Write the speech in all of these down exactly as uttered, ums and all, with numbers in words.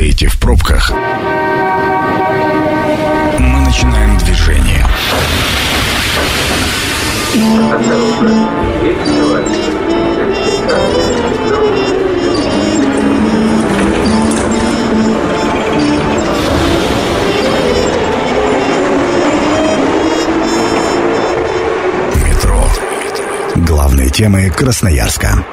стоите в пробках, мы начинаем движение. Метро. Главные темы Красноярска.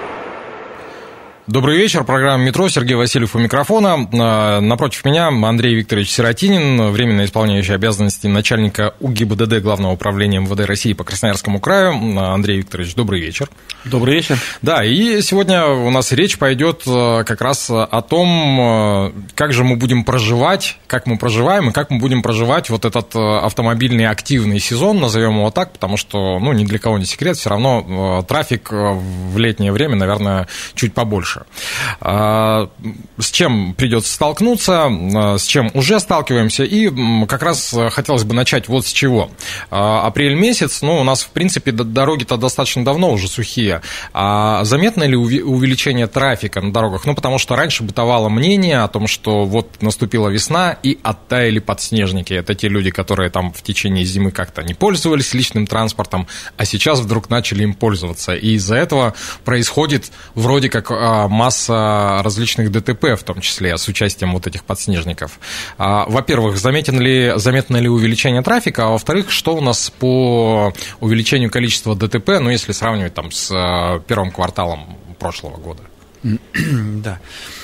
Добрый вечер. Программа «Метро». Сергей Васильев у микрофона. Напротив меня Андрей Викторович Сиротинин, временно исполняющий обязанности начальника УГИБДД Главного управления МВД России по Красноярскому краю. Андрей Викторович, добрый вечер. Добрый вечер. Да, и сегодня у нас речь пойдет как раз о том, как же мы будем проживать, как мы проживаем и как мы будем проживать вот этот автомобильный активный сезон, назовем его так, потому что, ну, ни для кого не секрет, все равно трафик в летнее время, наверное, чуть побольше. С чем придется столкнуться, с чем уже сталкиваемся, и как раз хотелось бы начать вот с чего. Апрель месяц, ну, у нас, в принципе, дороги-то достаточно давно уже сухие. А заметно ли увеличение трафика на дорогах? Ну, потому что раньше бытовало мнение о том, что вот наступила весна и оттаяли подснежники. Это те люди, которые там в течение зимы как-то не пользовались личным транспортом, а сейчас вдруг начали им пользоваться. И из-за этого происходит вроде как масса различных ДТП, в том числе с участием вот этих подснежников. Во-первых, заметен ли, заметно ли увеличение трафика, а во-вторых, что у нас по увеличению количества ДТП, ну, если сравнивать там с первым кварталом прошлого года? Да.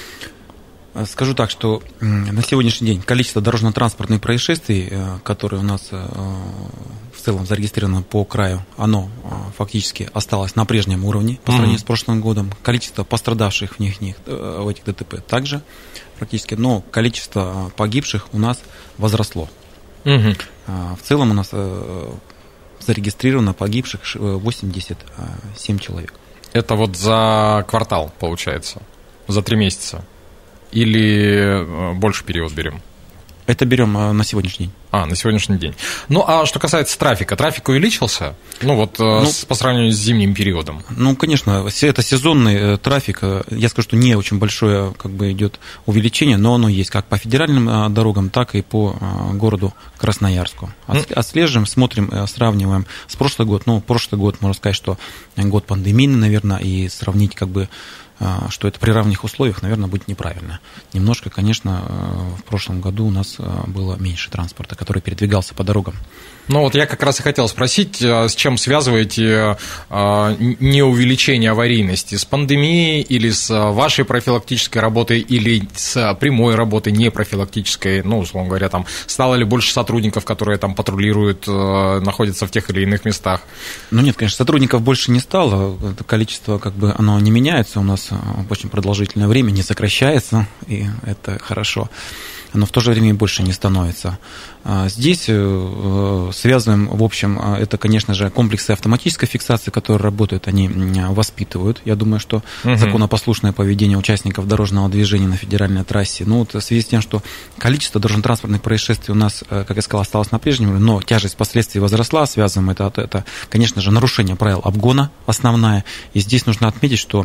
Скажу так, что на сегодняшний день количество дорожно-транспортных происшествий, которые у нас в целом зарегистрировано по краю, оно фактически осталось на прежнем уровне по сравнению mm-hmm. с прошлым годом. Количество пострадавших в них, в этих ДТП также практически, но количество погибших у нас возросло. Mm-hmm. В целом у нас зарегистрировано погибших восемьдесят семь человек. Это вот за квартал, получается? За три месяца? Или больше период берем? Это берем на сегодняшний день. А, на сегодняшний день. Ну, а что касается трафика, трафик увеличился? Ну, вот ну, с, по сравнению с зимним периодом. Ну, конечно, это сезонный трафик. Я скажу, что не очень большое как бы идет увеличение, но оно есть как по федеральным дорогам, так и по городу Красноярску. Отслеживаем, смотрим, сравниваем с прошлым годом. Ну, прошлый год, можно сказать, что год пандемийный, наверное, и сравнить как бы что это при равных условиях, наверное, будет неправильно. Немножко, конечно, в прошлом году у нас было меньше транспорта, который передвигался по дорогам. Ну вот я как раз и хотел спросить, с чем связываете не увеличение аварийности? С пандемией или с вашей профилактической работой, или с прямой работой непрофилактической? Ну, условно говоря, там стало ли больше сотрудников, которые там патрулируют, находятся в тех или иных местах? Ну нет, конечно, сотрудников больше не стало. Это количество, как бы, оно не меняется у нас очень продолжительное время, не сокращается, и это хорошо. Но в то же время и больше не становится. Здесь связываем, в общем, это, конечно же, комплексы автоматической фиксации, которые работают, они воспитывают. Я думаю, что угу. законопослушное поведение участников дорожного движения на федеральной трассе. Ну, вот в связи с тем, что количество дорожно-транспортных происшествий у нас, как я сказал, осталось на прежнем уровне, но тяжесть последствий возросла. Связываем это, это, конечно же, нарушение правил обгона основная. И здесь нужно отметить, что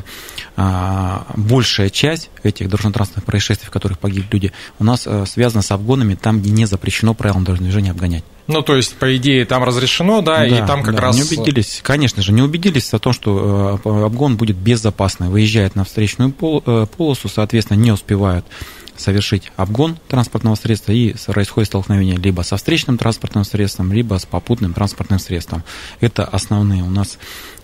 а, большая часть этих дорожно-транспортных происшествий, в которых погибли люди, у нас а, связана с обгонами там, где не запрещено правилам дорожного движения обгонять. Ну, то есть, по идее, там разрешено, да, да и там как да, раз... не убедились, конечно же, не убедились о том, что обгон будет безопасный. Выезжают на встречную полосу, соответственно, не успевают совершить обгон транспортного средства, и происходит столкновение либо со встречным транспортным средством, либо с попутным транспортным средством. Это основные у нас,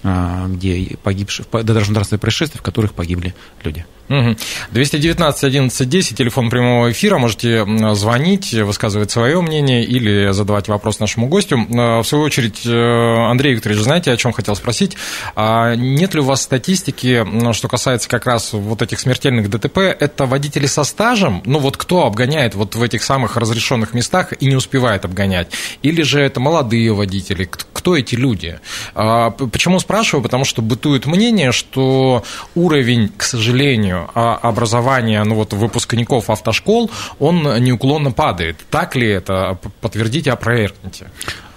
где погибшие, дорожно-транспортные происшествия, в которых погибли люди. двести девятнадцать одиннадцать десять, телефон прямого эфира, можете звонить, высказывать свое мнение или задавать вопрос нашему гостю. В свою очередь, Андрей Викторович, знаете, о чем хотел спросить? Нет ли у вас статистики, что касается как раз вот этих смертельных ДТП, это водители со стажем? Ну вот кто обгоняет вот в этих самых разрешенных местах и не успевает обгонять? Или же это молодые водители? Кто эти люди? Почему спрашиваю? Потому что бытует мнение, что уровень, к сожалению, образования, ну вот, выпускников автошкол, он неуклонно падает. Так ли это? Подтвердите, опровергните.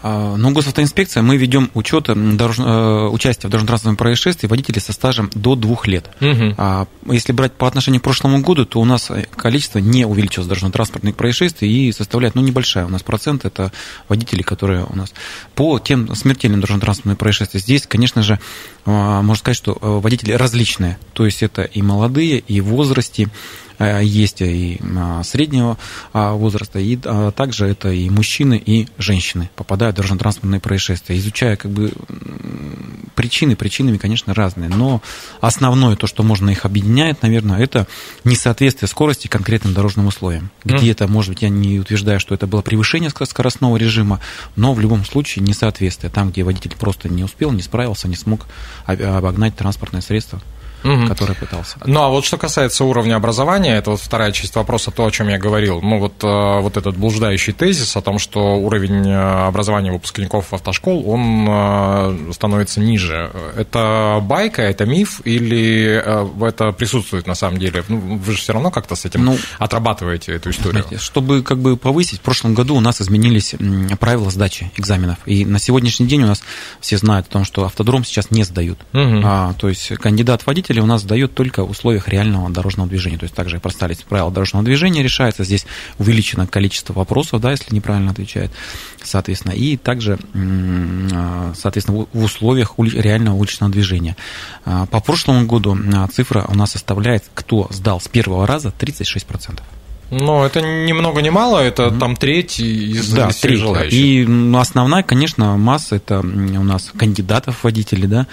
Но госавтоинспекция, мы ведем учет дорож... участия в дорожно-транспортном происшествии водителей со стажем до двух лет. Угу. Если брать по отношению к прошлому году, то у нас количество не увеличилось дорожно-транспортных происшествий и составляет, ну, небольшая у нас процент, это водители, которые у нас по тем смертельным дорожно-транспортным происшествиям. Здесь, конечно же, можно сказать, что водители различные, то есть это и молодые, и в возрасте, есть и среднего возраста, и также это и мужчины, и женщины попадают в дорожно-транспортные происшествия. Изучая как бы причины, причинами, конечно, разные, но основное, то, что можно их объединять, наверное, это несоответствие скорости конкретным дорожным условиям. Где-то, может быть, я не утверждаю, что это было превышение скоростного режима, но в любом случае несоответствие. Там, где водитель просто не успел, не справился, не смог обогнать транспортное средство, угу. который пытался. Ну, а вот что касается уровня образования, это вот вторая часть вопроса, то, о чем я говорил. Ну, вот, вот этот блуждающий тезис о том, что уровень образования выпускников автошкол, он становится ниже. Это байка, это миф, или это присутствует на самом деле? Ну, вы же все равно как-то с этим ну, отрабатываете эту историю. Знаете, чтобы как бы повысить, в прошлом году у нас изменились правила сдачи экзаменов. И на сегодняшний день у нас все знают о том, что автодром сейчас не сдают. Угу. А, то есть кандидат водитель у нас сдают только в условиях реального дорожного движения. То есть также простались правила дорожного движения, решается. Здесь увеличено количество вопросов, да, если неправильно отвечает, соответственно. И также, соответственно, в условиях реального уличного движения. По прошлому году цифра у нас составляет, кто сдал с первого раза, тридцать шесть процентов. Ну, это ни много ни мало, это mm-hmm. там треть из да, всех треть. желающих. И основная, конечно, масса, это у нас кандидатов водителей, да,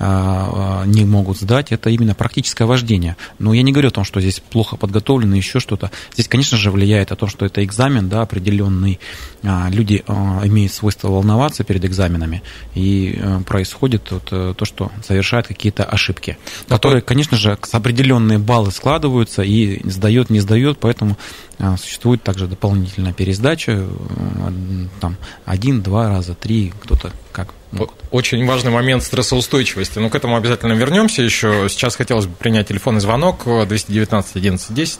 не могут сдать, это именно практическое вождение. Но я не говорю о том, что здесь плохо подготовлено, еще что-то. Здесь, конечно же, влияет о том, что это экзамен, да, определенный. Люди имеют свойство волноваться перед экзаменами, и происходит вот то, что совершают какие-то ошибки, а которые, то... конечно же, определенные баллы складываются, и сдает, не сдает, поэтому существует также дополнительная пересдача, там, один-два раза, три, кто-то как могут. Очень важный момент стрессоустойчивости. Но к этому обязательно вернемся еще. Сейчас хотелось бы принять телефонный звонок двести девятнадцать одиннадцать десять.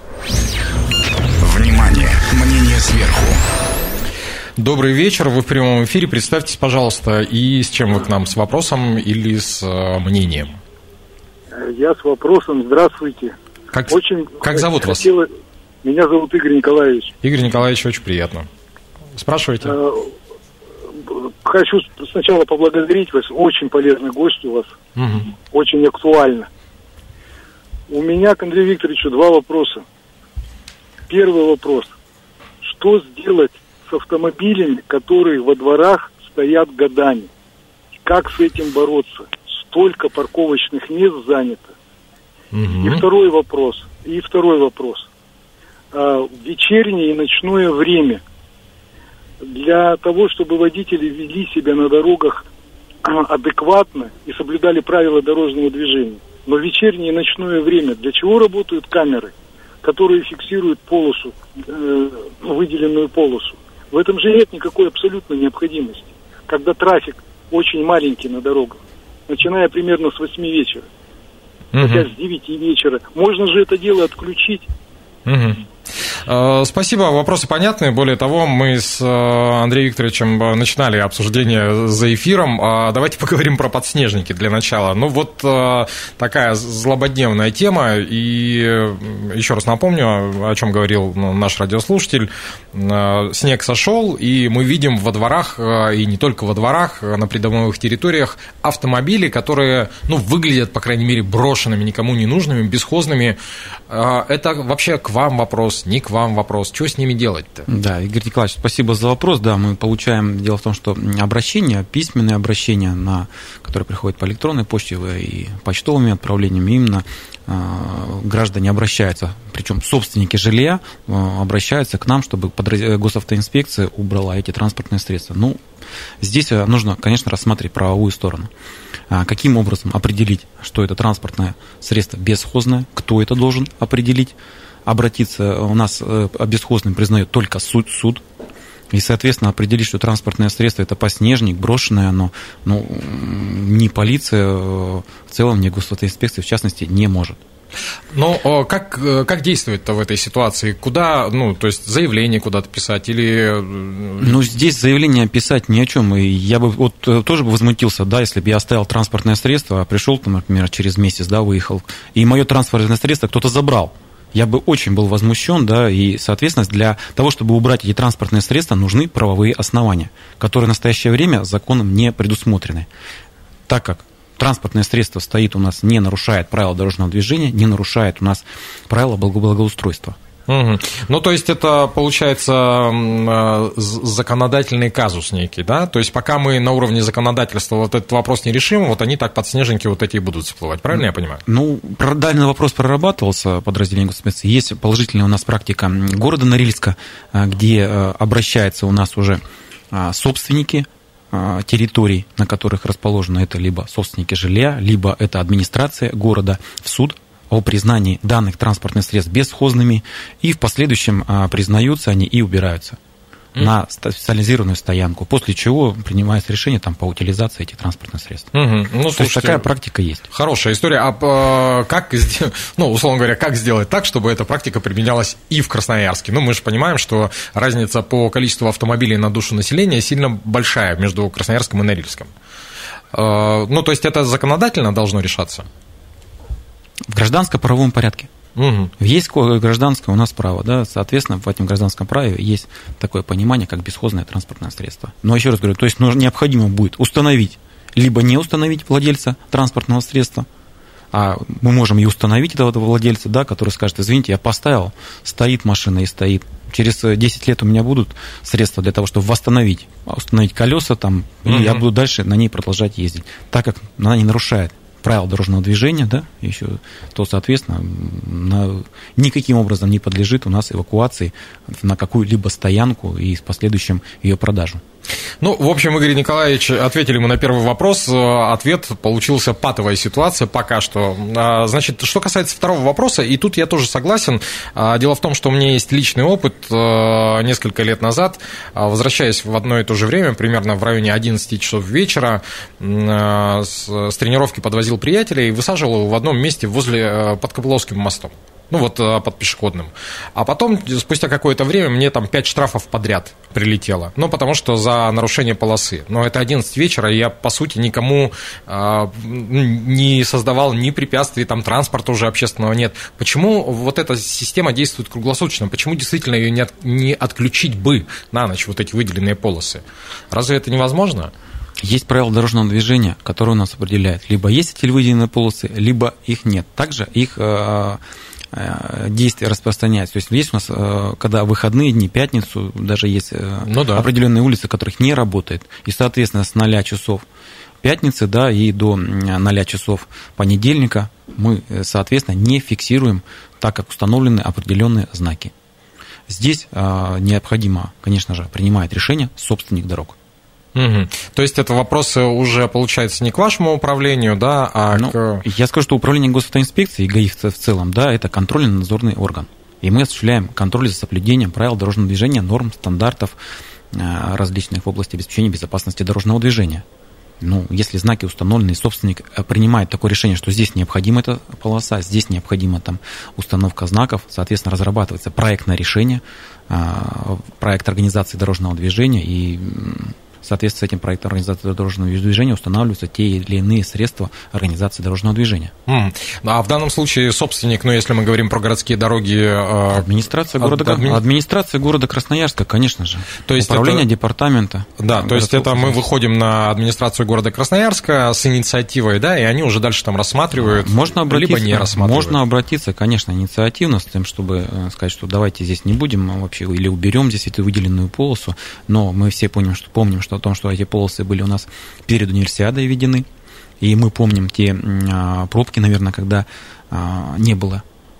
Внимание! Мнение сверху. Добрый вечер, вы в прямом эфире. Представьтесь, пожалуйста, и с чем вы к нам, с вопросом или с мнением? Я с вопросом. Здравствуйте. Как, Очень как зовут хотела... вас? Меня зовут Игорь Николаевич. Игорь Николаевич, очень приятно. Спрашивайте. Хочу сначала поблагодарить вас. Очень полезный гость у вас. Угу. Очень актуально. У меня к Андрею Викторовичу два вопроса. Первый вопрос. Что сделать с автомобилями, которые во дворах стоят годами? Как с этим бороться? Столько парковочных мест занято. Угу. И второй вопрос. И второй вопрос. В вечернее и ночное время для того, чтобы водители вели себя на дорогах адекватно и соблюдали правила дорожного движения. Но в вечернее и ночное время для чего работают камеры, которые фиксируют полосу, выделенную полосу? В этом же нет никакой абсолютной необходимости, когда трафик очень маленький на дорогах, начиная примерно с восьми вечера, угу. хотя с девяти вечера. Можно же это дело отключить. Угу. Спасибо, вопросы понятны. Более того, мы с Андреем Викторовичем начинали обсуждение за эфиром. Давайте поговорим про подснежники для начала. Ну вот такая злободневная тема. И еще раз напомню, о чем говорил наш радиослушатель. Снег сошел, и мы видим во дворах, и не только во дворах, на придомовых территориях автомобили, которые, ну, выглядят, по крайней мере, брошенными, никому не нужными, бесхозными. Это вообще к вам вопрос, не к вам вопрос. Что с ними делать-то? Да, Игорь Николаевич, спасибо за вопрос. Да, мы получаем, дело в том, что обращения, письменные обращения, на, которые приходят по электронной почте и почтовыми отправлениями, именно э, граждане обращаются, причем собственники жилья э, обращаются к нам, чтобы подраз... госавтоинспекция убрала эти транспортные средства. Ну, здесь нужно, конечно, рассмотреть правовую сторону. Каким образом определить, что это транспортное средство бесхозное, кто это должен определить, обратиться, у нас бесхозным признает только суд, суд, и, соответственно, определить, что транспортное средство – это подснежник, брошенное оно, ну, ни полиция, в целом, ни госавтоинспекция, в частности, не может. Но как, как действовать-то в этой ситуации? Куда, ну, то есть заявление куда-то писать или... Ну, здесь заявление писать ни о чем. И я бы вот тоже бы возмутился, да, если бы я оставил транспортное средство, а пришел, там, например, через месяц, да, выехал, и мое транспортное средство кто-то забрал. Я бы очень был возмущен, да, и, соответственно, для того, чтобы убрать эти транспортные средства, нужны правовые основания, которые в настоящее время законом не предусмотрены. Так как транспортное средство стоит у нас, не нарушает правила дорожного движения, не нарушает у нас правила благоустройства. Угу. Ну, то есть это, получается, законодательный казус некий, да? То есть пока мы на уровне законодательства вот этот вопрос не решим, вот они так подснежники вот эти и будут всплывать, правильно я понимаю? Ну, данный вопрос прорабатывался подразделением госинспекции. Есть положительная у нас практика города Норильска, где обращаются у нас уже собственники территорий, на которых расположено это либо собственники жилья, либо это администрация города, в суд о признании данных транспортных средств бесхозными, и в последующем признаются они и убираются mm. на специализированную стоянку, после чего принимается решение там, по утилизации этих транспортных средств. Mm-hmm. Ну, То слушайте, есть такая практика есть. Хорошая история. А как, ну, условно говоря, как сделать так, чтобы эта практика применялась и в Красноярске? Ну, мы же понимаем, что разница по количеству автомобилей на душу населения сильно большая между Красноярском и Норильском. Ну, то есть это законодательно должно решаться? В гражданско-правовом порядке. Угу. Есть гражданское у нас право, да, соответственно, в этом гражданском праве есть такое понимание, как бесхозное транспортное средство. Но еще раз говорю, то есть необходимо будет установить, либо не установить владельца транспортного средства, а мы можем и установить этого владельца, да, который скажет: извините, я поставил, стоит машина и стоит. Через десять лет у меня будут средства для того, чтобы восстановить, установить колеса там, и угу. я буду дальше на ней продолжать ездить, так как она не нарушает правил дорожного движения, да, еще, то, соответственно, на, никаким образом не подлежит у нас эвакуации на какую-либо стоянку и с последующим ее продажу. Ну, в общем, Игорь Николаевич, ответили мы на первый вопрос. Ответ получился патовая ситуация пока что. Значит, что касается второго вопроса, и тут я тоже согласен. Дело в том, что у меня есть личный опыт. Несколько лет назад, возвращаясь в одно и то же время, примерно в районе одиннадцати часов вечера, с тренировки подвозил приятеля и высаживал его в одном месте возле под Копыловским мостом. Ну, вот под пешеходным. А потом, спустя какое-то время, мне там пять штрафов подряд прилетело. Ну, потому что за нарушение полосы. Но это одиннадцать вечера, и я, по сути, никому э, не создавал ни препятствий, там транспорта уже общественного нет. Почему вот эта система действует круглосуточно? Почему действительно ее не, от, не отключить бы на ночь, вот эти выделенные полосы? Разве это невозможно? Есть правила дорожного движения, которые у нас определяют. Либо есть эти выделенные полосы, либо их нет. Также их... Э, действия распространяются. То есть есть у нас, когда выходные дни, пятницу, даже есть ну, да. определенные улицы, которых не работает. И, соответственно, с ноля часов пятницы, да, и до ноля часов понедельника мы, соответственно, не фиксируем, так как установлены определенные знаки. Здесь необходимо, конечно же, принимает решение собственник дорог. Угу. То есть это вопросы уже, получается, не к вашему управлению, да, а ну, к... Я скажу, что управление госавтоинспекции и ГАИ в целом, да, это контрольно-надзорный орган. И мы осуществляем контроль за соблюдением правил дорожного движения, норм, стандартов различных в области обеспечения безопасности дорожного движения. Ну, если знаки установлены, и собственник принимает такое решение, что здесь необходима эта полоса, здесь необходима там установка знаков, соответственно, разрабатывается проектное решение, проект организации дорожного движения, и соответственно, с этим проектом организации дорожного движения устанавливаются те или иные средства организации дорожного движения. Mm. А в данном случае собственник, ну, если мы говорим про городские дороги... Администрация города, адми... администрация города Красноярска, конечно же. То есть управление это... департамента. Да, то есть это мы выходим на администрацию города Красноярска с инициативой, да, и они уже дальше там рассматривают, можно обратиться, либо не рассматривают. Можно обратиться, конечно, инициативно с тем, чтобы сказать, что давайте здесь не будем вообще, или уберем здесь эту выделенную полосу, но мы все помним, что, помним, что о том, что эти полосы были у нас перед универсиадой введены, и мы помним те пробки, наверное, когда не было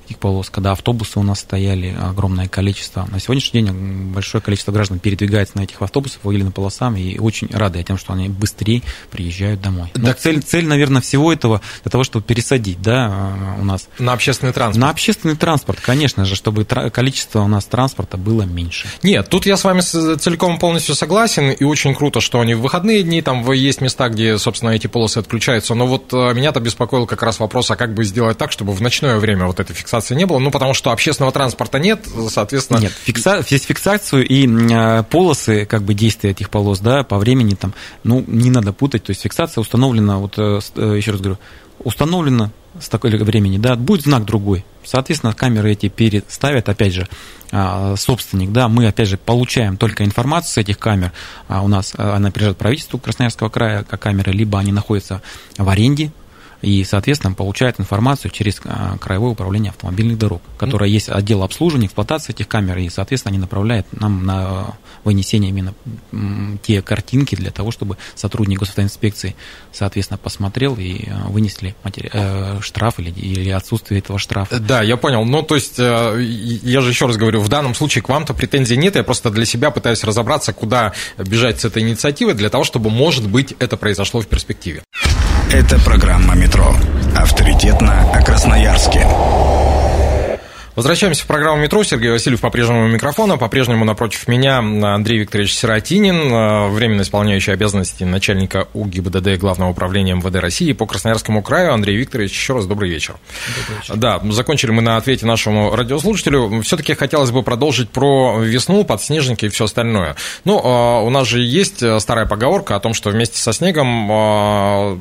таких полос, когда автобусы у нас стояли огромное количество. На сегодняшний день большое количество граждан передвигается на этих автобусах, выделенным полосам, и очень рады тем, что они быстрее приезжают домой. Да. Цель, цель, наверное, всего этого для того, чтобы пересадить, да, у нас... На общественный транспорт. На общественный транспорт, конечно же, чтобы тра- количество у нас транспорта было меньше. Нет, тут я с вами целиком полностью согласен, и очень круто, что они в выходные дни, там есть места, где, собственно, эти полосы отключаются, но вот меня-то беспокоил как раз вопрос, а как бы сделать так, чтобы в ночное время вот этой фиксации не было, ну, потому что общественного транспорта нет, соответственно... Нет, фикса... здесь фиксацию и э, полосы, как бы действия этих полос, да, по времени там, ну, не надо путать, то есть фиксация установлена, вот, э, еще раз говорю, установлена с такой времени, да, будет знак другой, соответственно, камеры эти переставят, опять же, э, собственник, да, мы, опять же, получаем только информацию с этих камер, а у нас она принадлежит правительству Красноярского края, как камеры, либо они находятся в аренде, и, соответственно, получает информацию через Краевое управление автомобильных дорог, которое есть отдел обслуживания, эксплуатации этих камер, и, соответственно, они направляют нам на вынесение именно те картинки для того, чтобы сотрудник госавтоинспекции, соответственно, посмотрел и вынесли матери... штраф или, или отсутствие этого штрафа. Да, я понял. Ну, то есть, я же еще раз говорю, в данном случае к вам-то претензий нет, я просто для себя пытаюсь разобраться, куда бежать с этой инициативой, для того, чтобы, может быть, это произошло в перспективе. Это программа «Метро». Авторитетно о Красноярске. Возвращаемся в программу «Метро». Сергей Васильев по-прежнему у микрофона. По-прежнему напротив меня Андрей Викторович Сиротинин, временно исполняющий обязанности начальника УГИБДД Главного управления МВД России по Красноярскому краю. Андрей Викторович, еще раз добрый вечер. Добрый вечер. Да, закончили мы на ответе нашему радиослушателю. Все-таки хотелось бы продолжить про весну, подснежники и все остальное. Ну, у нас же есть старая поговорка о том, что вместе со снегом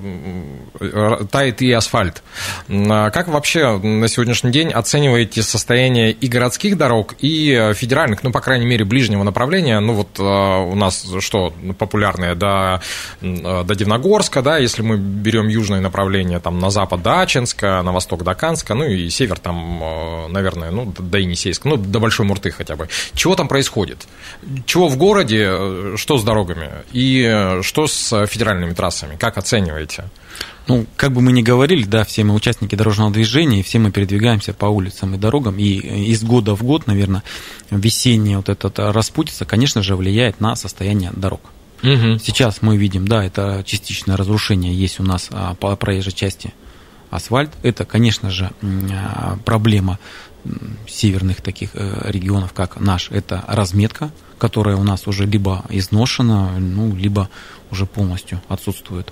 тает и асфальт. Как вообще на сегодняшний день оцениваете состояние состояние и городских дорог, и федеральных, ну, по крайней мере, ближнего направления, ну, вот у нас что популярное, до, до Дивногорска, да, если мы берем южное направление, там, на запад до Ачинска, на восток до Канска, ну, и север там, наверное, ну, до Енисейска, ну, до Большой Мурты хотя бы. Чего там происходит? Чего в городе, что с дорогами, и что с федеральными трассами? Как оцениваете? Ну, как бы мы ни говорили, да, все мы участники дорожного движения, и все мы передвигаемся по улицам и дорогам, и из года в год, наверное, весенняя вот эта распутица, конечно же, влияет на состояние дорог. Угу. Сейчас мы видим, да, это частичное разрушение есть у нас по проезжей части асфальт. Это, конечно же, проблема северных таких регионов, как наш, это разметка, которая у нас уже либо изношена, ну, либо уже полностью отсутствует.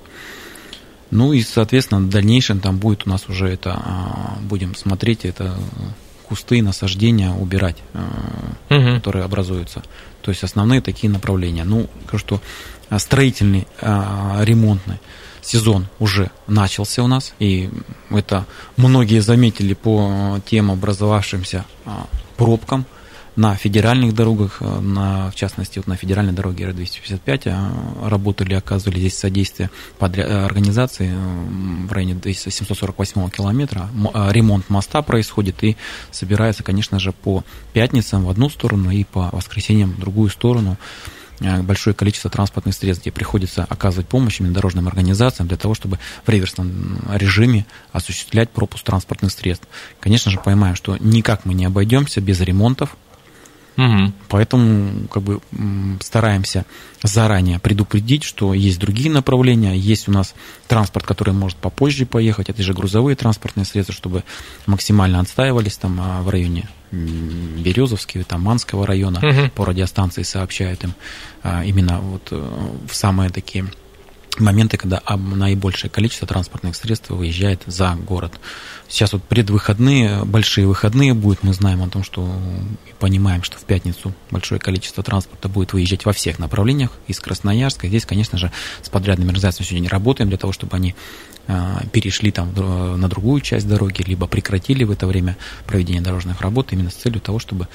Ну и, соответственно, в дальнейшем там будет у нас уже это, будем смотреть, это кусты, насаждения убирать, угу. которые образуются. То есть основные такие направления. Ну, скажу, что строительный, ремонтный сезон уже начался у нас, и это многие заметили по тем образовавшимся пробкам на федеральных дорогах, на, в частности, вот на федеральной дороге Р двести пятьдесят пять работали, оказывали здесь содействие подряд, организации в районе семьсот сорок восьмого километра. Ремонт моста происходит и собирается, конечно же, по пятницам в одну сторону и по воскресеньям в другую сторону. Большое количество транспортных средств, где приходится оказывать помощь именно дорожным организациям для того, чтобы в реверсном режиме осуществлять пропуск транспортных средств. Конечно же, понимаем, что никак мы не обойдемся без ремонтов. Угу. Поэтому как бы стараемся заранее предупредить, что есть другие направления, есть у нас транспорт, который может попозже поехать, это же грузовые транспортные средства, чтобы максимально отстаивались там в районе Березовского, там Манского района, угу. по радиостанции сообщают им именно вот в самые такие моменты, когда наибольшее количество транспортных средств выезжает за город. Сейчас вот предвыходные, большие выходные будут, мы знаем о том, что понимаем, что в пятницу большое количество транспорта будет выезжать во всех направлениях из Красноярска. Здесь, конечно же, с подрядными организациями сегодня работаем для того, чтобы они перешли там на другую часть дороги, либо прекратили в это время проведение дорожных работ именно с целью того, чтобы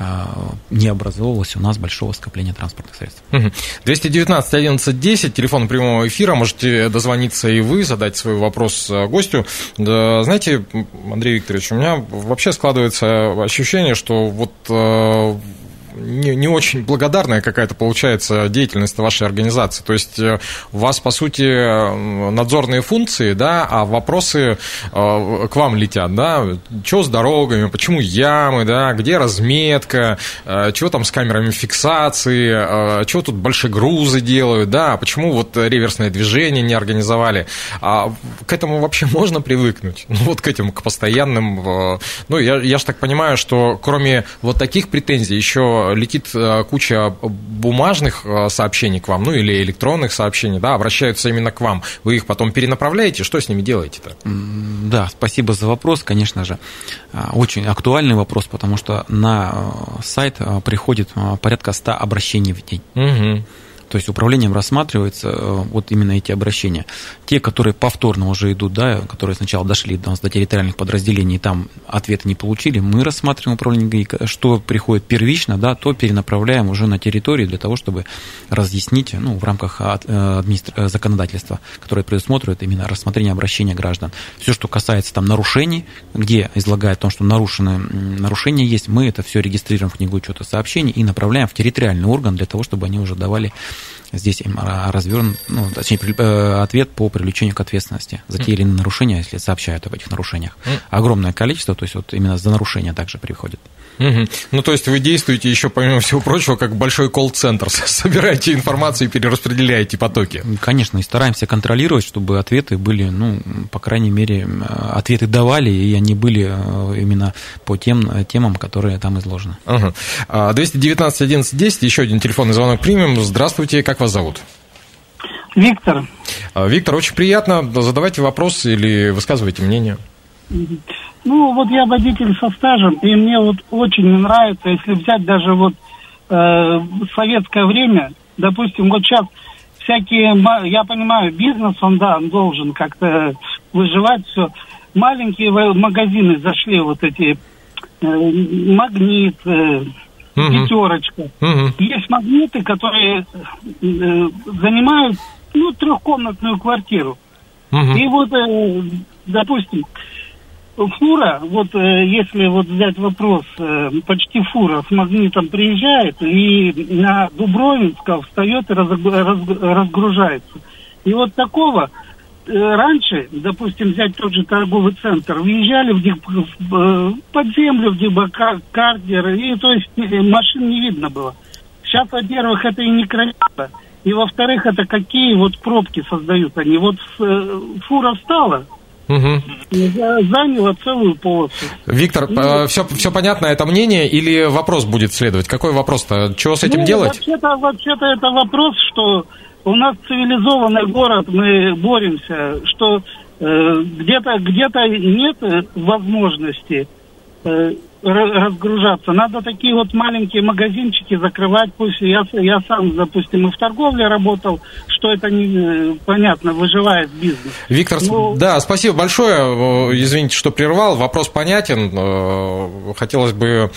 не образовывалось у нас большого скопления транспортных средств. двести девятнадцать одиннадцать десять, телефон прямого эфира, можете дозвониться и вы, задать свой вопрос гостю. Да, знаете, Андрей Викторович, у меня вообще складывается ощущение, что вот не, не очень благодарная какая-то получается деятельность вашей организации. То есть у вас, по сути, надзорные функции, да, а вопросы к вам летят, да, что с дорогами, почему ямы, да, где разметка, чего там с камерами фиксации, чего тут большегрузы делают, да, почему вот реверсное движение не организовали. А к этому вообще можно привыкнуть? Ну, вот к этим, к постоянным... Ну, я, я же так понимаю, что кроме вот таких претензий еще летит куча бумажных сообщений к вам, ну, или электронных сообщений, да, обращаются именно к вам. Вы их потом перенаправляете? Что с ними делаете-то? Да, спасибо за вопрос, конечно же. Очень актуальный вопрос, потому что на сайт приходит порядка ста обращений в день. Угу. То есть управлением рассматриваются вот именно эти обращения. Те, которые повторно уже идут, да, которые сначала дошли до, до территориальных подразделений, и там ответа не получили, мы рассматриваем управление, что приходит первично, да, то перенаправляем уже на территорию для того, чтобы разъяснить, ну, в рамках администр... законодательства, которое предусматривает именно рассмотрение обращения граждан. Все, что касается там нарушений, где излагает о том, что нарушено, нарушение есть, мы это все регистрируем в книгу учета сообщений и направляем в территориальный орган для того, чтобы они уже давали здесь им развернут, ну, точнее, ответ по привлечению к ответственности за те или иные нарушения, если сообщают об этих нарушениях. Огромное количество, то есть вот именно за нарушения также приходит. Угу. Ну, то есть вы действуете еще, помимо всего прочего, как большой колл-центр, собираете информацию и перераспределяете потоки. Конечно, и стараемся контролировать, чтобы ответы были, ну, по крайней мере, ответы давали, и они были именно по тем темам, которые там изложены. Угу. двести девятнадцать одиннадцать десять, еще один телефонный звонок примем. Здравствуйте, как вас зовут? Виктор. Виктор, очень приятно. Задавайте вопрос или высказывайте мнение. Ну, вот я водитель со стажем, и мне вот очень не нравится, если взять даже вот э, в советское время, допустим, вот сейчас всякие, я понимаю, бизнес, он, да, он должен как-то выживать, все. Маленькие магазины зашли, вот эти, э, Магнит, э, Пятерочка. Uh-huh. Есть магниты, которые э, занимают, ну, трехкомнатную квартиру. Uh-huh. И вот, э, допустим, фура, вот э, если вот взять вопрос, э, почти фура с магнитом приезжает и на Дубровинска встает и раз, раз, разгружается. И вот такого э, раньше, допустим, взять тот же торговый центр, въезжали в, дик, в под землю, в дебакардер, и то есть машин не видно было. Сейчас, во-первых, это и не красиво, и во-вторых, это какие вот пробки создают они. Вот э, фура встала, угу. заняла целую полосу. Виктор, ну, все, все понятно, это мнение или вопрос будет следовать? Какой вопрос-то? Чего с этим ну, делать? Вообще-то, вообще-то это вопрос, что у нас цивилизованный город, мы боремся, что э, где-то, где-то нет возможности э, разгружаться. Надо такие вот маленькие магазинчики закрывать. Пусть я, я сам, допустим, и в торговле работал, что это не понятно, выживает бизнес. Виктор, Но... да, спасибо большое. Извините, что прервал. Вопрос понятен. Хотелось бы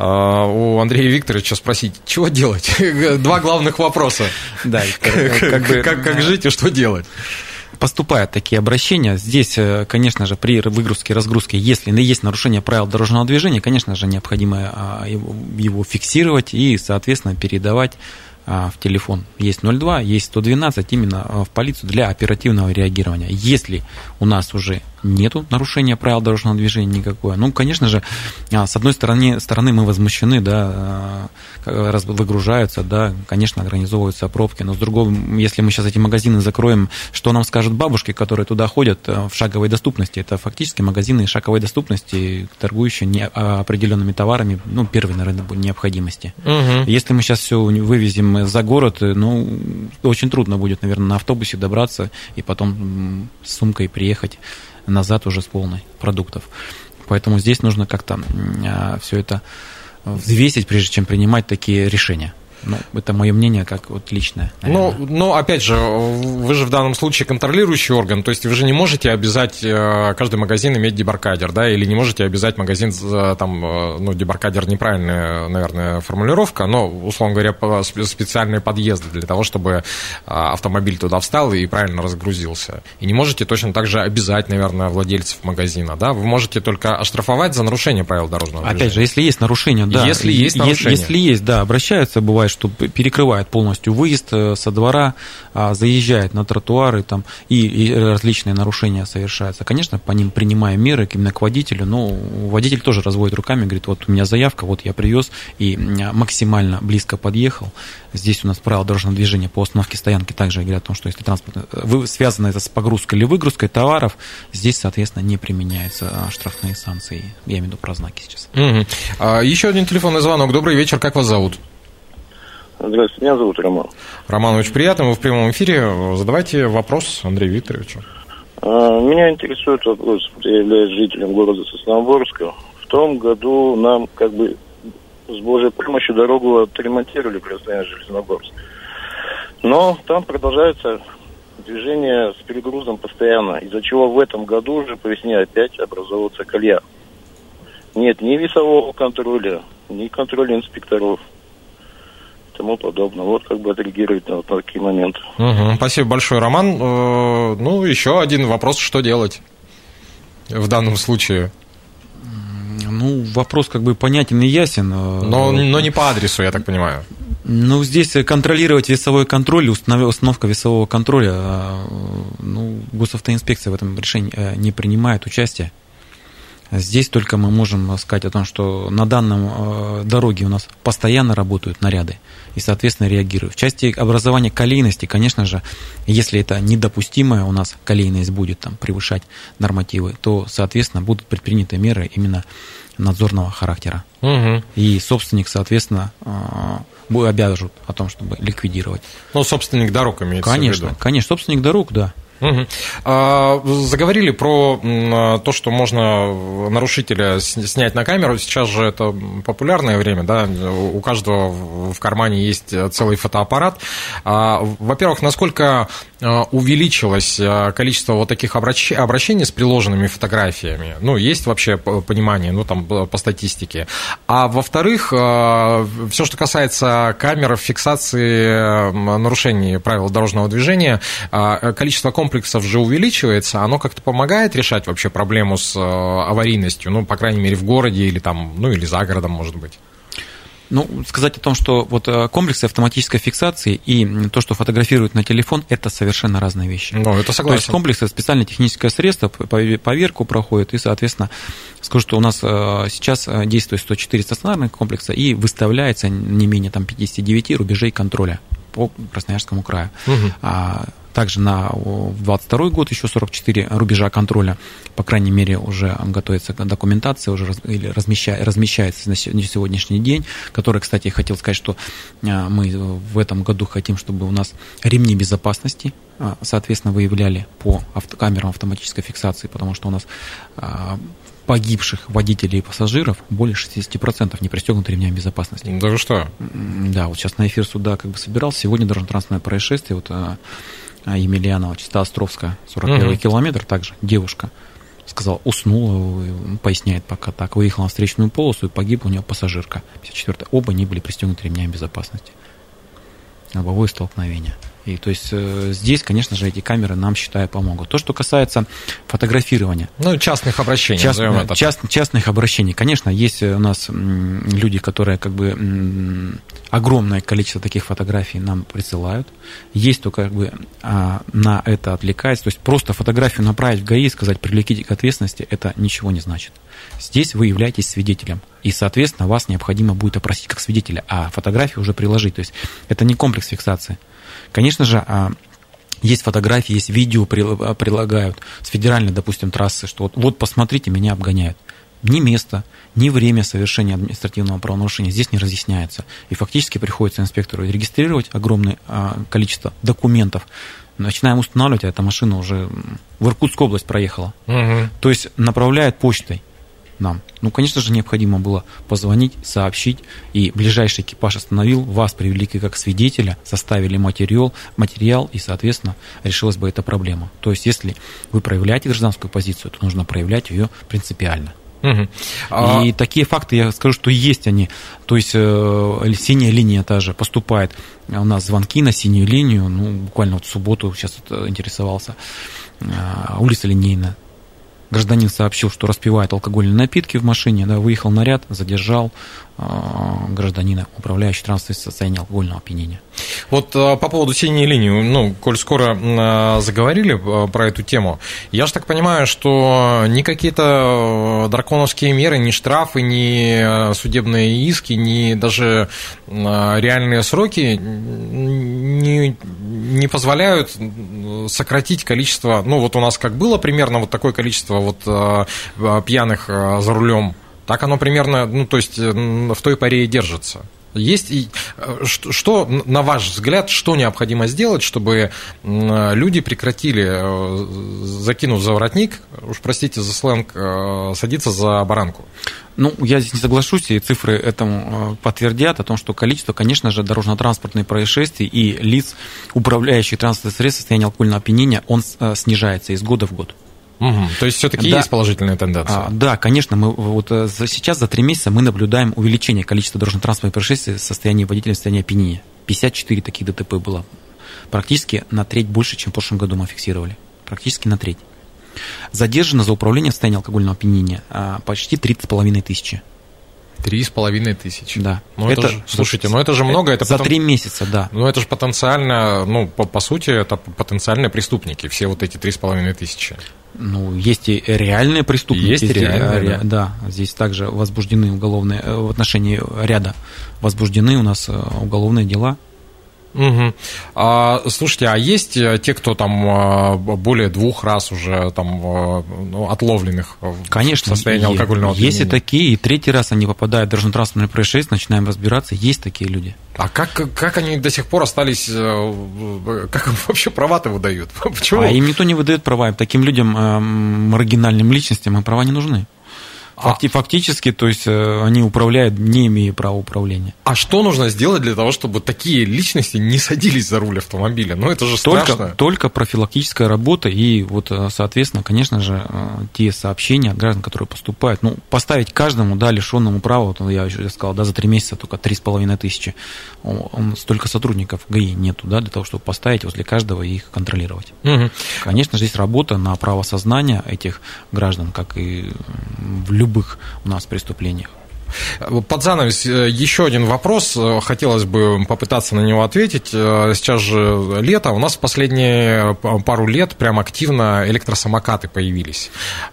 у Андрея Викторовича спросить, чего делать? Два главных вопроса. Да, как жить и что делать? Поступают такие обращения. Здесь, конечно же, при выгрузке, разгрузке, если есть нарушение правил дорожного движения, конечно же, необходимо его фиксировать и, соответственно, передавать в телефон. Есть ноль два, есть сто двенадцать, именно в полицию для оперативного реагирования. Если у нас уже нету нарушения правил дорожного движения никакое, ну, конечно же, с одной стороны, стороны мы возмущены, да, выгружаются, да, конечно, организовываются пробки, но с другой, если мы сейчас эти магазины закроем, что нам скажут бабушки, которые туда ходят в шаговой доступности? Это фактически магазины шаговой доступности, торгующие не определенными товарами, ну, первой, наверное, необходимости. Угу. Если мы сейчас все вывезем за город, ну, очень трудно будет, наверное, на автобусе добраться и потом с сумкой приехать назад уже с полной продуктов. Поэтому здесь нужно как-то все это взвесить, прежде чем принимать такие решения. Ну, это мое мнение, как вот личное. Ну, ну, опять же, вы же в данном случае контролирующий орган, то есть вы же не можете обязать каждый магазин иметь дебаркадер, да, или не можете обязать магазин, там, ну, дебаркадер неправильная, наверное, формулировка, но, условно говоря, специальные подъезды для того, чтобы автомобиль туда встал и правильно разгрузился. И не можете точно так же обязать, наверное, владельцев магазина, да, вы можете только оштрафовать за нарушение правил дорожного движения. Опять же, если есть нарушение, да. Если есть нарушение. Если есть, да, обращаются, бывает, что перекрывает полностью выезд со двора, заезжает на тротуары там, и, и различные нарушения совершаются. Конечно, по ним принимаем меры именно к водителю, но водитель тоже разводит руками, говорит, вот у меня заявка, вот я привез и максимально близко подъехал. Здесь у нас правила дорожного движения по установке стоянки также говорят о том, что если транспорт связано это с погрузкой или выгрузкой товаров, здесь, соответственно, не применяются штрафные санкции. Я имею в виду про знаки сейчас. Угу. А, еще один телефонный звонок. Добрый вечер, как вас зовут? Здравствуйте, меня зовут Роман. Роман, очень приятно, вы в прямом эфире. Задавайте вопрос Андрею Викторовичу. Меня интересует вопрос. Я являюсь жителем города Сосновоборска. В том году нам как бы с Божьей помощью дорогу отремонтировали Краснояр-Железногорск. Но там продолжается движение с перегрузом постоянно, из-за чего в этом году уже по весне опять образовывается колея. Нет ни весового контроля, ни контроля инспекторов. Тому подобное. Вот как бы отреагировать на вот такие моменты. Угу, спасибо большое, Роман. Ну, еще один вопрос, что делать в данном случае? Ну, вопрос как бы понятен и ясен. Но, но не по адресу, я так понимаю. Ну, здесь контролировать весовой контроль, установка весового контроля, ну, госавтоинспекция в этом решении не принимает участие. Здесь только мы можем сказать о том, что на данном дороге у нас постоянно работают наряды и, соответственно, реагируют. В части образования колейности, конечно же, если это недопустимая у нас колейность будет там превышать нормативы, то, соответственно, будут предприняты меры именно надзорного характера. Угу. И собственник, соответственно, обяжут о том, чтобы ликвидировать. Ну, собственник дорог имеется конечно, в виду. Конечно, собственник дорог, да. Угу. А, заговорили про то, что можно нарушителя снять на камеру. Сейчас же это популярное время, да, у каждого в кармане есть целый фотоаппарат. А, во-первых, насколько увеличилось количество вот таких обращений с приложенными фотографиями? Ну, есть вообще понимание, ну, там, по статистике. А во-вторых, все, что касается камер фиксации нарушений правил дорожного движения, количество комплексов комплексов же увеличивается, оно как-то помогает решать вообще проблему с аварийностью, ну, по крайней мере, в городе или там, ну, или за городом, может быть? Ну, сказать о том, что вот комплексы автоматической фиксации и то, что фотографируют на телефон, это совершенно разные вещи. Ну, это согласен. То есть комплексы, специальное техническое средство, поверку проходит, и, соответственно, скажу, что у нас сейчас действует сто четыре стационарных комплекса и выставляется не менее там, пятьдесят девять рубежей контроля по Красноярскому краю. Угу. Также на двадцать второй год еще сорок четыре рубежа контроля, по крайней мере, уже готовится документация, уже раз, или размещается, размещается на сегодняшний день, которая, кстати, я хотел сказать, что мы в этом году хотим, чтобы у нас ремни безопасности, соответственно, выявляли по авто, камерам автоматической фиксации, потому что у нас погибших водителей и пассажиров более шестьдесят процентов не пристегнуты ремнями безопасности. Да вы что? Да, вот сейчас на эфир суда как бы собирался. Сегодня дорожно-транспортное происшествие, вот Емельянова, Чистоостровская, сорок первый угу. километр, также девушка, сказала, уснула, поясняет пока так, выехала на встречную полосу и погибла у нее пассажирка, пятьдесят четвёртая. Оба не были пристегнуты ремнями безопасности. Лобовое столкновение. И то есть здесь, конечно же, эти камеры нам, считаю, помогут. То, что касается фотографирования. Ну, частных обращений. Част, это. Част, частных обращений. Конечно, есть у нас люди, которые как бы огромное количество таких фотографий нам присылают. Есть только как бы на это отвлекается. То есть просто фотографию направить в ГАИ и сказать, привлеките к ответственности, это ничего не значит. Здесь вы являетесь свидетелем. И, соответственно, вас необходимо будет опросить как свидетеля, а фотографию уже приложить. То есть это не комплекс фиксации. Конечно же, есть фотографии, есть видео прилагают с федеральной, допустим, трассы, что вот, вот посмотрите, меня обгоняют. Ни место, ни время совершения административного правонарушения здесь не разъясняется. И фактически приходится инспектору регистрировать огромное количество документов. Начинаем устанавливать, а эта машина уже в Иркутскую область проехала. Угу. То есть направляют почтой. нам. Ну, конечно же, необходимо было позвонить, сообщить, и ближайший экипаж остановил, вас привели как свидетеля, составили материал, материал, и, соответственно, решилась бы эта проблема. То есть, если вы проявляете гражданскую позицию, то нужно проявлять ее принципиально. Угу. А... И такие факты, я скажу, что есть они. То есть, э, синяя линия та же поступает. У нас звонки на синюю линию, ну, буквально вот в субботу, сейчас вот интересовался, э, улица Линейная. Гражданин сообщил, что распивает алкогольные напитки в машине, да, выехал наряд, задержал э, гражданина, управляющий транспортным состоянием алкогольного опьянения. Вот э, по поводу синей линии, ну, коль скоро э, заговорили э, про эту тему, я же так понимаю, что ни какие-то драконовские меры, ни штрафы, ни судебные иски, ни даже э, реальные сроки не, не позволяют сократить количество, ну, вот у нас как было примерно вот такое количество вот э, пьяных э, за рулем, так оно примерно, ну, то есть в той паре и держится. Есть и что, на ваш взгляд, что необходимо сделать, чтобы люди прекратили, закинув за воротник, уж простите за сленг, садиться за баранку? Ну, я здесь не соглашусь, и цифры этому подтвердят, о том, что количество, конечно же, дорожно-транспортных происшествий и лиц, управляющих транспортным средством в состоянии алкогольного опьянения, он снижается из года в год. Угу. То есть все-таки да, есть положительная тенденция? А, да, конечно. Мы вот за, сейчас за три месяца мы наблюдаем увеличение количества дорожно-транспортных происшествий в состоянии водителя в состоянии опьянения. пятьдесят четыре таких ДТП было. Практически на треть больше, чем в прошлом году мы фиксировали. Практически на треть. Задержано за управление в состоянии алкогольного опьянения почти тридцать с половиной тысячи. Три с половиной тысячи. Да. Ну, это, это же, слушайте, ну это же много. Это за потом... три месяца, да. Ну это же потенциально, ну по, по сути, это потенциальные преступники, все вот эти три с половиной тысячи. Ну, есть и реальные преступники. Есть и реальные, да. Да, здесь также возбуждены уголовные, в отношении ряда возбуждены у нас уголовные дела. Угу. А, слушайте, а есть те, кто там более двух раз уже там ну, отловленных Конечно, в состоянии есть, алкогольного опьянения? Есть и такие, и третий раз они попадают в дорожно-транспортное происшествие, начинаем разбираться, есть такие люди. А как, как они до сих пор остались, как им вообще права-то выдают? Почему? А им никто не выдает права, таким людям, маргинальным личностям, им права не нужны. Факти- фактически, то есть они управляют, не имея права управления. А что нужно сделать для того, чтобы такие личности не садились за руль автомобиля? Ну, это же только, страшно. Только профилактическая работа и, вот, соответственно, конечно же, те сообщения от граждан, которые поступают. Ну, поставить каждому, да, лишенному права, вот я уже сказал, да, за три месяца только три с половиной тысячи. Он, столько сотрудников ГАИ нету, да, для того, чтобы поставить возле каждого и их контролировать. Угу. Конечно же, здесь работа на правосознание этих граждан, как и в любых у нас преступлениях. Под занавес еще один вопрос, хотелось бы попытаться на него ответить. Сейчас же лето, у нас в последние пару лет прям активно электросамокаты появились.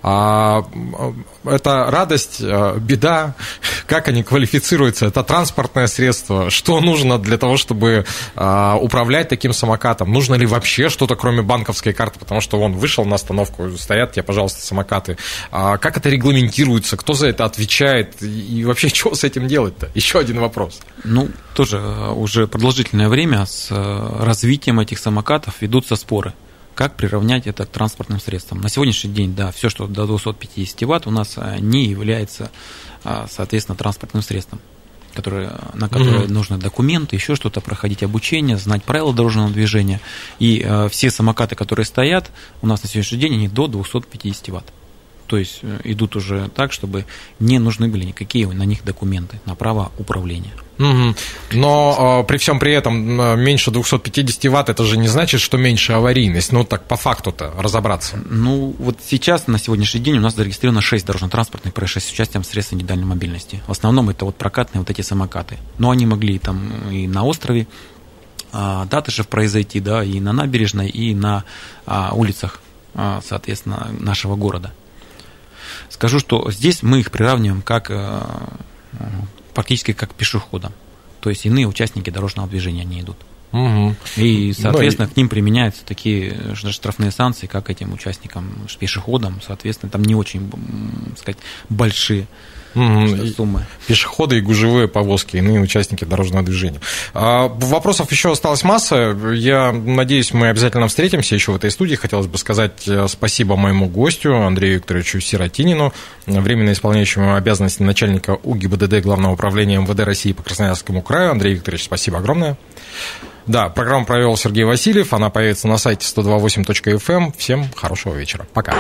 Это радость, беда, как они квалифицируются, это транспортное средство, что нужно для того, чтобы управлять таким самокатом, нужно ли вообще что-то, кроме банковской карты, потому что он вышел на остановку, стоят тебе, пожалуйста, самокаты. Как это регламентируется, кто за это отвечает и вообще, что с этим делать-то? Еще один вопрос. Ну, тоже уже продолжительное время с развитием этих самокатов ведутся споры. Как приравнять это к транспортным средствам? На сегодняшний день, да, все, что до двухсот пятидесяти ватт, у нас не является, соответственно, транспортным средством, которые, на которые mm-hmm. нужны документы, еще что-то, проходить обучение, знать правила дорожного движения. И все самокаты, которые стоят, у нас на сегодняшний день, они до двухсот пятидесяти ватт. То есть идут уже так, чтобы не нужны были никакие на них документы на право управления. Угу. Но э, при всем при этом э, меньше двухсот пятидесяти ватт, это же не значит, что меньше аварийность. Ну так по факту-то разобраться. Ну вот сейчас, на сегодняшний день, у нас зарегистрировано шесть дорожно-транспортных происшествий с участием средств индивидуальной мобильности. В основном это вот прокатные вот эти самокаты. Но они могли там и на острове а, Датышев произойти, да, и на набережной, и на а, улицах, а, соответственно, нашего города. Скажу, что здесь мы их приравниваем как, практически как к пешеходам. То есть иные участники дорожного движения не идут. Угу. И, соответственно, ну, и... к ним применяются такие штрафные санкции, как этим участникам, пешеходам. Соответственно, там не очень, так сказать, большие mm-hmm. суммы. Пешеходы и гужевые повозки, иные участники дорожного движения. А, вопросов еще осталась масса. Я надеюсь, мы обязательно встретимся еще в этой студии. Хотелось бы сказать спасибо моему гостю Андрею Викторовичу Сиротинину, временно исполняющему обязанности начальника УГИБДД Главного управления эм вэ дэ России по Красноярскому краю. Андрей Викторович, спасибо огромное. Да, программу провел Сергей Васильев. Она появится на сайте сто два восемь точка эф эм. Всем хорошего вечера. Пока.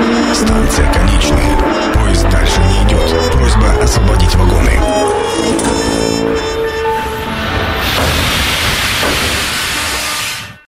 Станция конечная. Поезд дальше не идет. Просьба освободить вагоны.